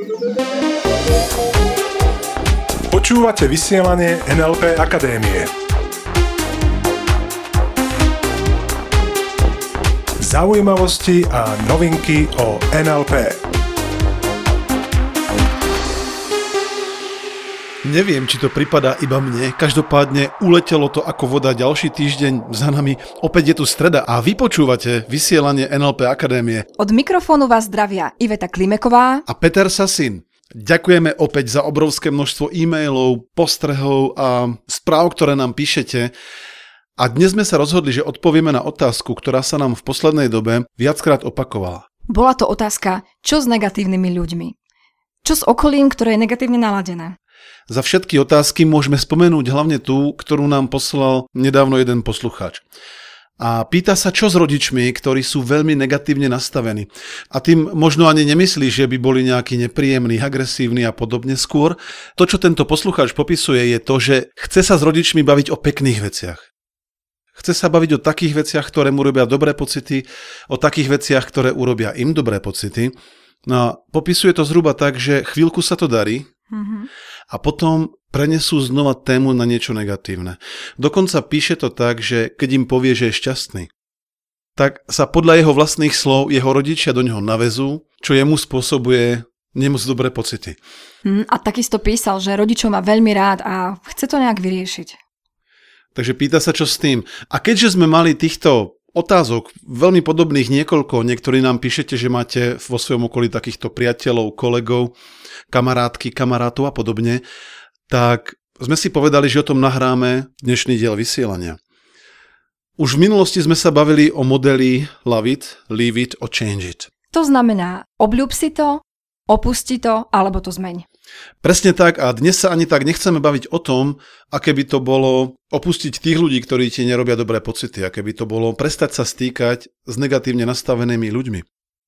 Počúvate vysielanie NLP Akadémie. Zaujímavosti a novinky o NLP. Neviem, či to pripadá iba mne, každopádne uletelo to ako voda ďalší týždeň za nami. Opäť je tu streda a vy počúvate vysielanie NLP Akadémie. Od mikrofónu vás zdravia Iveta Klimeková A Peter Sasin. Ďakujeme opäť za obrovské množstvo e-mailov, postrehov a správ, ktoré nám píšete. A dnes sme sa rozhodli, že odpovieme na otázku, ktorá sa nám v poslednej dobe viackrát opakovala. Bola to otázka, čo s negatívnymi ľuďmi? Čo s okolím, ktoré je negatívne naladené? Za všetky otázky môžeme spomenúť hlavne tú, ktorú nám poslal nedávno jeden poslucháč. A pýta sa, čo s rodičmi, ktorí sú veľmi negatívne nastavení. A tým možno ani nemyslí, že by boli nejakí nepríjemní, agresívni a podobne. Skôr to, čo tento poslucháč popisuje, je to, že chce sa s rodičmi baviť o pekných veciach. Chce sa baviť o takých veciach, ktoré mu robia dobré pocity, o takých veciach, ktoré urobia im dobré pocity. No a popisuje to zhruba tak, že chvíľku sa to darí, a potom prenesú znova tému na niečo negatívne. Dokonca píše to tak, že keď im povie, že je šťastný, tak sa podľa jeho vlastných slov jeho rodičia do neho navezú, čo jemu spôsobuje nemoc dobré pocity. A takisto písal, že rodičov má veľmi rád a chce to nejak vyriešiť. Takže pýta sa, čo s tým. A keďže sme mali týchto otázok veľmi podobných niekoľko, niektorí nám píšete, že máte vo svojom okolí takýchto priateľov, kolegov, kamarátky, kamarátov a podobne, tak sme si povedali, že o tom nahráme dnešný diel vysielania. Už v minulosti sme sa bavili o modeli love it, leave it or change it. To znamená, obľúb si to, opusti to, alebo to zmeň. Presne tak a dnes sa ani tak nechceme baviť o tom, aké by to bolo opustiť tých ľudí, ktorí ti nerobia dobré pocity, aké by to bolo prestať sa stýkať s negatívne nastavenými ľuďmi.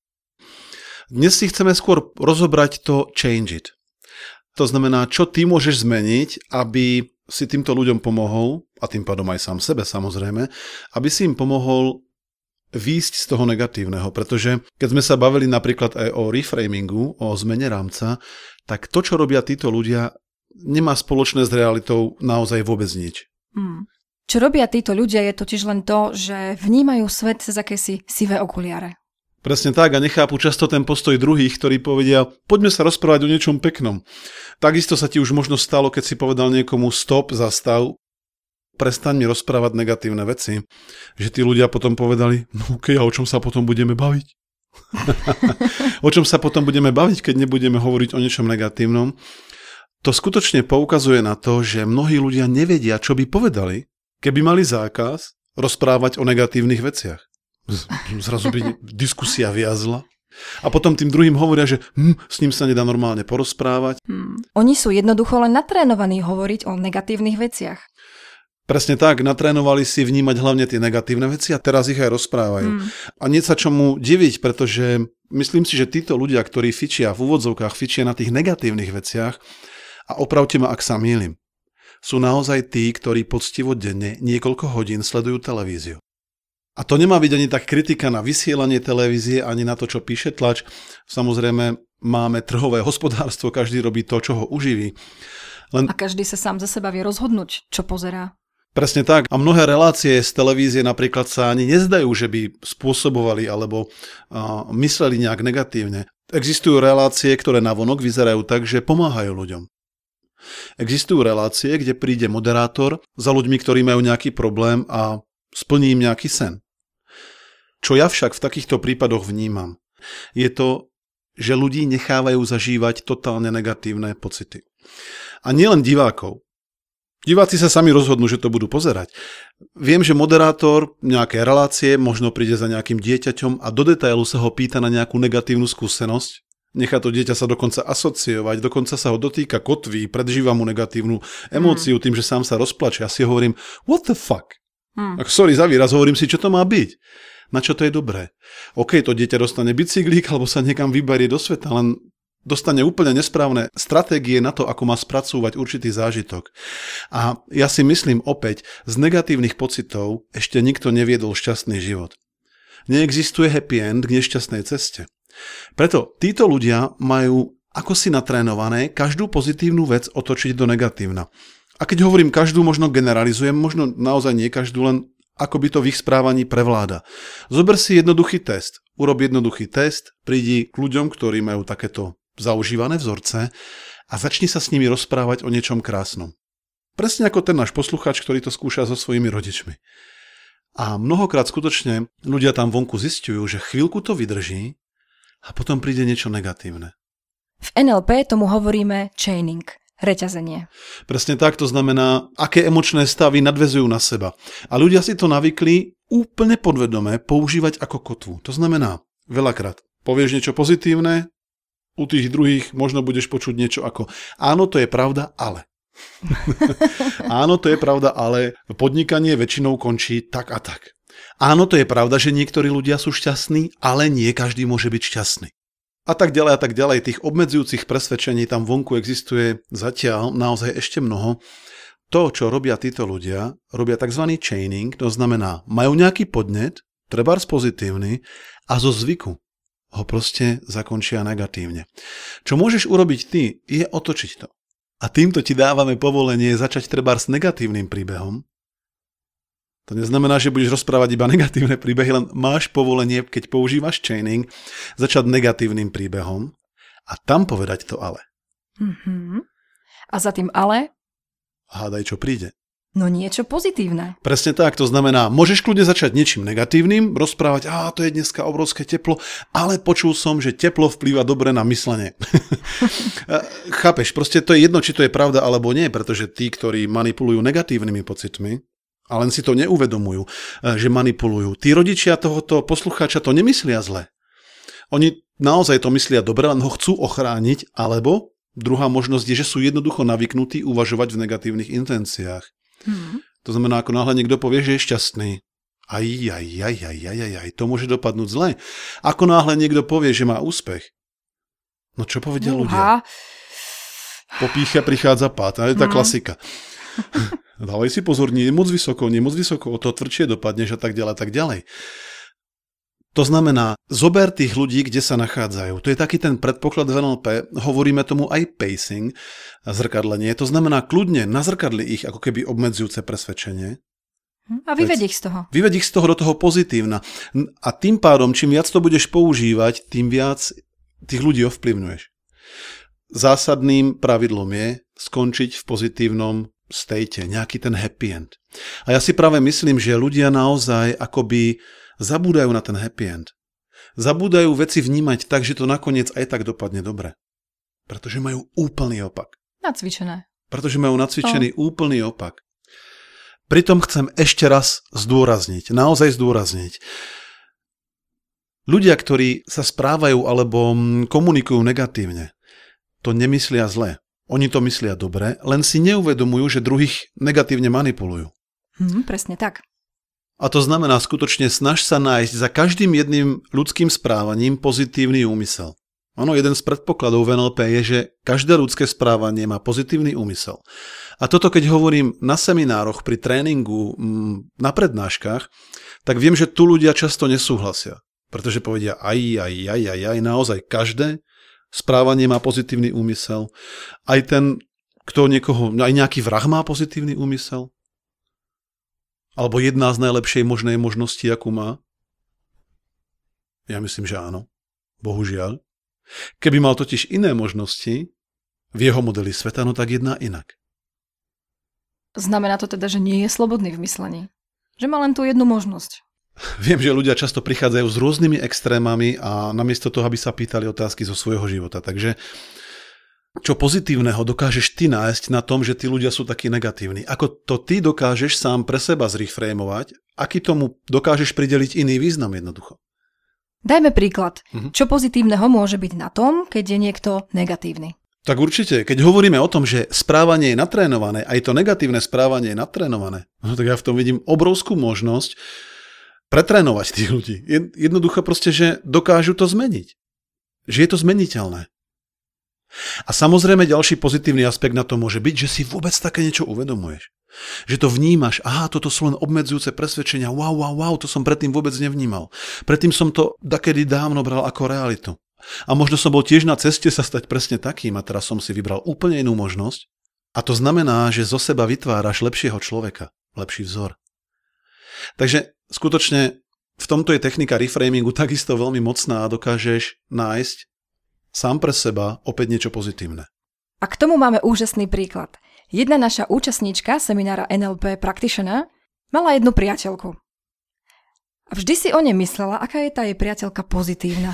Dnes si chceme skôr rozobrať to change it. To znamená, čo ty môžeš zmeniť, aby si týmto ľuďom pomohol, a tým pádom aj sám sebe samozrejme, aby si im pomohol výjsť z toho negatívneho. Pretože keď sme sa bavili napríklad aj o reframingu, o zmene rámca, tak to, čo robia títo ľudia, nemá spoločné s realitou naozaj vôbec nič. Čo robia títo ľudia je totiž len to, že vnímajú svet cez akési sivé okuliare. Presne tak a nechápu často ten postoj druhých, ktorí povedia, poďme sa rozprávať o niečom peknom. Takisto sa ti už možno stalo, keď si povedal niekomu stop, zastav, prestaň mi rozprávať negatívne veci, že tí ľudia potom povedali, no okej, a o čom sa potom budeme baviť? O čom sa potom budeme baviť, keď nebudeme hovoriť o niečom negatívnom? To skutočne poukazuje na to, že mnohí ľudia nevedia, čo by povedali, keby mali zákaz rozprávať o negatívnych veciach. Zrazu by diskusia viazla. A potom tým druhým hovoria, že s ním sa nedá normálne porozprávať. Oni sú jednoducho len natrénovaní hovoriť o negatívnych veciach. Presne tak, natrénovali si vnímať hlavne tie negatívne veci a teraz ich aj rozprávajú. A nie sa čomu diviť, pretože myslím si, že títo ľudia, ktorí fičia v úvodzovkách, fičia na tých negatívnych veciach, a opravte ma, ak sa mýlim, sú naozaj tí, ktorí poctivo denne niekoľko hodín sledujú televíziu. A to nemá byť ani tak kritika na vysielanie televízie, ani na to, čo píše tlač. Samozrejme, máme trhové hospodárstvo, každý robí to, čo ho uživí. A každý sa sám za seba vie rozhodnúť, čo pozerá. Presne tak. A mnohé relácie z televízie napríklad sa ani nezdajú, že by spôsobovali alebo mysleli nejak negatívne. Existujú relácie, ktoré navonok vyzerajú tak, že pomáhajú ľuďom. Existujú relácie, kde príde moderátor za ľuďmi, ktorí majú nejaký problém a splní im nejaký sen. Čo ja však v takýchto prípadoch vnímam, je to, že ľudí nechávajú zažívať totálne negatívne pocity. A nielen divákov. Diváci sa sami rozhodnú, že to budú pozerať. Viem, že moderátor nejaké relácie možno príde za nejakým dieťaťom a do detailu sa ho pýta na nejakú negatívnu skúsenosť. Nechá to dieťa sa dokonca asociovať, dokonca sa ho dotýka kotví, predžíva mu negatívnu emóciu tým, že sám sa rozplače. Ja si hovorím, what the fuck? Sorry za výraz, hovorím si, čo to má byť. Na čo to je dobré? OK, to dieťa dostane bicyklík alebo sa niekam vyberie do sveta, len dostane úplne nesprávne stratégie na to, ako má spracúvať určitý zážitok. A ja si myslím opäť, z negatívnych pocitov ešte nikto neviedol šťastný život. Neexistuje happy end k nešťastnej ceste. Preto títo ľudia majú ako si natrénované každú pozitívnu vec otočiť do negatívna. A keď hovorím každú, možno generalizujem, možno naozaj nie každú, len ako by to v ich správaní prevláda. Zober si jednoduchý test. Urob jednoduchý test, prídi k ľuďom, ktorí majú takéto zaužívané vzorce a začni sa s nimi rozprávať o niečom krásnom. Presne ako ten náš poslucháč, ktorý to skúša so svojimi rodičmi. A mnohokrát skutočne ľudia tam vonku zisťujú, že chvíľku to vydrží a potom príde niečo negatívne. V NLP tomu hovoríme chaining, reťazenie. Presne tak, to znamená, aké emočné stavy nadväzujú na seba. A ľudia si to navykli úplne podvedome používať ako kotvu. To znamená, veľakrát povieš niečo pozitívne, u tých druhých možno budeš počuť niečo ako áno, to je pravda, ale. Áno, to je pravda, ale podnikanie väčšinou končí tak a tak. Áno, to je pravda, že niektorí ľudia sú šťastní, ale nie každý môže byť šťastný. A tak ďalej a tak ďalej. Tých obmedzujúcich presvedčení tam vonku existuje zatiaľ naozaj ešte mnoho. To, čo robia títo ľudia, robia tzv. Chaining, to znamená, majú nejaký podnet, trebárs pozitívny, a zo zvyku ho proste zakončia negatívne. Čo môžeš urobiť ty, je otočiť to. A týmto ti dávame povolenie začať trebárs negatívnym príbehom. To neznamená, že budeš rozprávať iba negatívne príbehy, len máš povolenie, keď používaš chaining, začať negatívnym príbehom a tam povedať to ale. A za tým ale? Hádaj, čo príde. No niečo pozitívne. Presne tak, to znamená, môžeš kľudne začať niečím negatívnym, rozprávať, to je dneska obrovské teplo, ale počul som, že teplo vplýva dobre na myslenie. Chápeš, proste to je jedno, či to je pravda alebo nie, pretože tí, ktorí manipulujú negatívnymi pocitmi, a len si to neuvedomujú, že manipulujú. Tí rodičia tohoto poslucháča to nemyslia zle. Oni naozaj to myslia dobre, len ho chcú ochrániť, alebo druhá možnosť je, že sú jednoducho navyknutí uvažovať v negatívnych intenciách. To znamená, ako náhle niekto povie, že je šťastný. To môže dopadnúť zle. Ako náhle niekto povie, že má úspech. No čo povedia ľudia? Po pýche prichádza pád. To je tá klasika. Dávaj si pozor, nie moc vysoko, o to tvrdšie dopadneš a tak ďalej. To znamená, zober tých ľudí, kde sa nachádzajú. To je taký ten predpoklad v NLP, hovoríme tomu aj pacing, zrkadlenie. To znamená, kľudne nazrkadli ich ako keby obmedzujúce presvedčenie. A vyveď ich z toho. Vyveď ich z toho do toho pozitívna. A tým pádom, čím viac to budeš používať, tým viac tých ľudí ovplyvňuješ. Zásadným pravidlom je skončiť v pozitívnom state, nejaký ten happy end. A ja si práve myslím, že ľudia naozaj akoby zabúdajú na ten happy end. Zabúdajú veci vnímať tak, že to nakoniec aj tak dopadne dobre. Pretože majú úplný opak. Nacvičené. Pretože majú nacvičený úplný opak. Pritom chcem ešte raz zdôrazniť, naozaj zdôrazniť. Ľudia, ktorí sa správajú alebo komunikujú negatívne, to nemyslia zle. Oni to myslia dobre, len si neuvedomujú, že druhých negatívne manipulujú. Presne tak. A to znamená skutočne snaž sa nájsť za každým jedným ľudským správaním pozitívny úmysel. Áno, jeden z predpokladov v NLP je, že každé ľudské správanie má pozitívny úmysel. A toto keď hovorím na seminároch, pri tréningu, na prednáškach, tak viem, že tu ľudia často nesúhlasia. Pretože povedia naozaj každé správanie má pozitívny úmysel. Aj ten, aj nejaký vrah má pozitívny úmysel. Alebo jedna z najlepšej možnej možnosti, akú má? Ja myslím, že áno. Bohužiaľ. Keby mal totiž iné možnosti v jeho modeli sveta, no tak jedná inak. Znamená to teda, že nie je slobodný v myslení? Že má len tú jednu možnosť? Viem, že ľudia často prichádzajú s rôznymi extrémami a namiesto toho, aby sa pýtali otázky zo svojho života. Takže čo pozitívneho dokážeš ty nájsť na tom, že tí ľudia sú takí negatívni? Ako to ty dokážeš sám pre seba zreframovať? Aký tomu dokážeš prideliť iný význam jednoducho? Dajme príklad. Čo pozitívneho môže byť na tom, keď je niekto negatívny? Tak určite, keď hovoríme o tom, že správanie je natrénované, aj to negatívne správanie je natrénované, no tak ja v tom vidím obrovskú možnosť pretrénovať tých ľudí. Jednoducho proste, že dokážu to zmeniť. Že je to zmeniteľné. A samozrejme ďalší pozitívny aspekt na to môže byť, že si vôbec také niečo uvedomuješ. Že to vnímaš, toto sú len obmedzujúce presvedčenia, wow, to som predtým vôbec nevnímal. Predtým som to dakedy dávno bral ako realitu. A možno som bol tiež na ceste sa stať presne takým a teraz som si vybral úplne inú možnosť. A to znamená, že zo seba vytváraš lepšieho človeka, lepší vzor. Takže skutočne v tomto je technika reframingu takisto veľmi mocná a dokážeš nájsť sám pre seba opäť niečo pozitívne. A k tomu máme úžasný príklad. Jedna naša účastníčka seminára NLP Practitioner mala jednu priateľku. A vždy si o nej myslela, aká je tá jej priateľka pozitívna.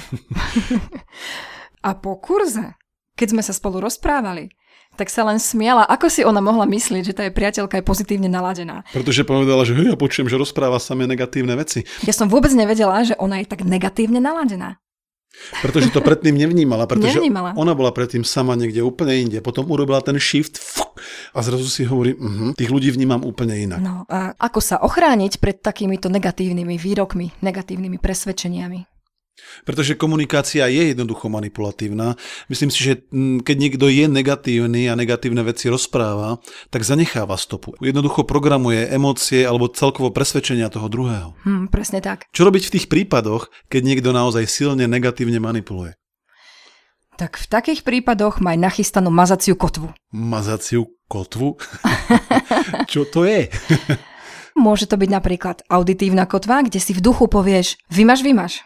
A po kurze, keď sme sa spolu rozprávali, tak sa len smiala, ako si ona mohla myslieť, že tá jej priateľka je pozitívne naladená. Pretože povedala, že ja počujem, že rozpráva samé negatívne veci. Ja som vôbec nevedela, že ona je tak negatívne naladená. Pretože to predtým nevnímala, pretože nevnímala. Ona bola predtým sama niekde úplne inde. Potom urobila ten shift a zrazu si hovorí, tých ľudí vnímam úplne inak. No a ako sa ochrániť pred takýmito negatívnymi výrokmi, negatívnymi presvedčeniami? Pretože komunikácia je jednoducho manipulatívna. Myslím si, že keď niekto je negatívny a negatívne veci rozpráva, tak zanecháva stopu. Jednoducho programuje emócie alebo celkovo presvedčenia toho druhého. Presne tak. Čo robiť v tých prípadoch, keď niekto naozaj silne negatívne manipuluje? Tak v takých prípadoch maj nachystanú mazaciu kotvu. Mazaciu kotvu? Čo to je? Môže to byť napríklad auditívna kotva, kde si v duchu povieš vymaž.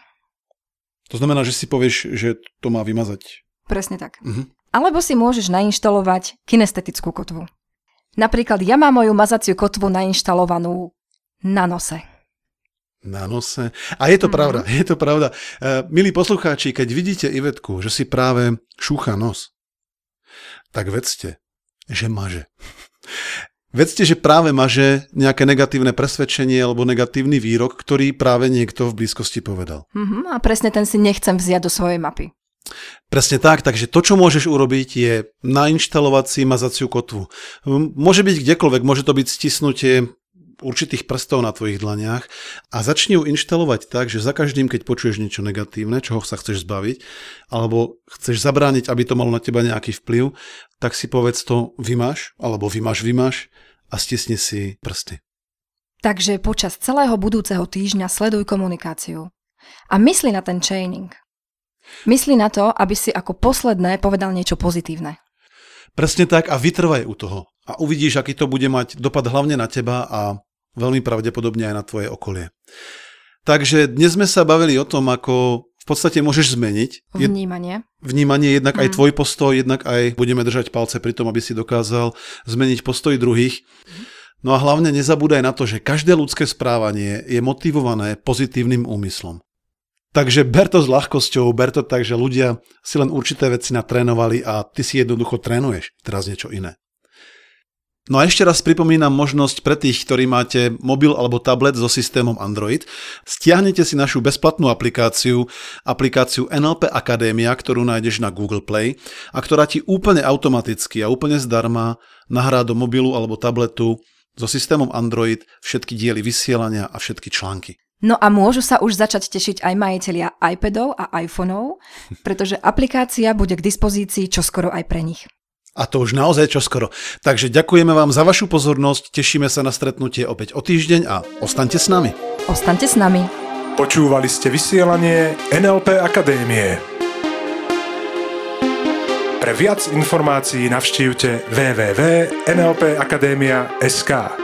To znamená, že si povieš, že to má vymazať. Presne tak. Alebo si môžeš nainštalovať kinestetickú kotvu. Napríklad ja mám moju mazaciu kotvu nainštalovanú na nose. Na nose? A je to pravda, je to pravda. Milí poslucháči, keď vidíte Ivetku, že si práve šúcha nos, tak vedzte, že maže. Vedzte, že práve maže nejaké negatívne presvedčenie alebo negatívny výrok, ktorý práve niekto v blízkosti povedal. A presne ten si nechcem vziať do svojej mapy. Presne tak, takže to, čo môžeš urobiť, je nainštalovať si mazaciu kotvu. Môže byť kdekoľvek, môže to byť stisnutie určitých prstov na tvojich dlaniach a začni ju inštalovať tak, že za každým, keď počuješ niečo negatívne, čoho sa chceš zbaviť, alebo chceš zabrániť, aby to malo na teba nejaký vplyv, tak si povedz to vymaž, alebo vymaž a stisni si prsty. Takže počas celého budúceho týždňa sleduj komunikáciu. A mysli na ten chaining. Mysli na to, aby si ako posledné povedal niečo pozitívne. Presne tak a vytrvaj u toho. A uvidíš, aký to bude mať dopad hlavne na teba a veľmi pravdepodobne aj na tvoje okolie. Takže dnes sme sa bavili o tom, ako v podstate môžeš zmeniť vnímanie, jednak aj tvoj postoj, jednak aj budeme držať palce pri tom, aby si dokázal zmeniť postoj druhých. No a hlavne nezabúdaj na to, že každé ľudské správanie je motivované pozitívnym úmyslom. Takže ber to s ľahkosťou, ber to tak, že ľudia si len určité veci natrénovali a ty si jednoducho trénuješ teraz niečo iné. No a ešte raz pripomínam možnosť pre tých, ktorí máte mobil alebo tablet so systémom Android. Stiahnite si našu bezplatnú aplikáciu NLP Akadémia, ktorú nájdeš na Google Play a ktorá ti úplne automaticky a úplne zdarma nahrá do mobilu alebo tabletu so systémom Android všetky diely vysielania a všetky články. No a môžu sa už začať tešiť aj majitelia iPadov a iPhoneov, pretože aplikácia bude k dispozícii čoskoro aj pre nich. A to už naozaj čoskoro. Takže ďakujeme vám za vašu pozornosť, tešíme sa na stretnutie opäť o týždeň a ostaňte s nami. Ostaňte s nami. Počúvali ste vysielanie NLP Akadémie. Pre viac informácií navštívte www.nlpakademia.sk.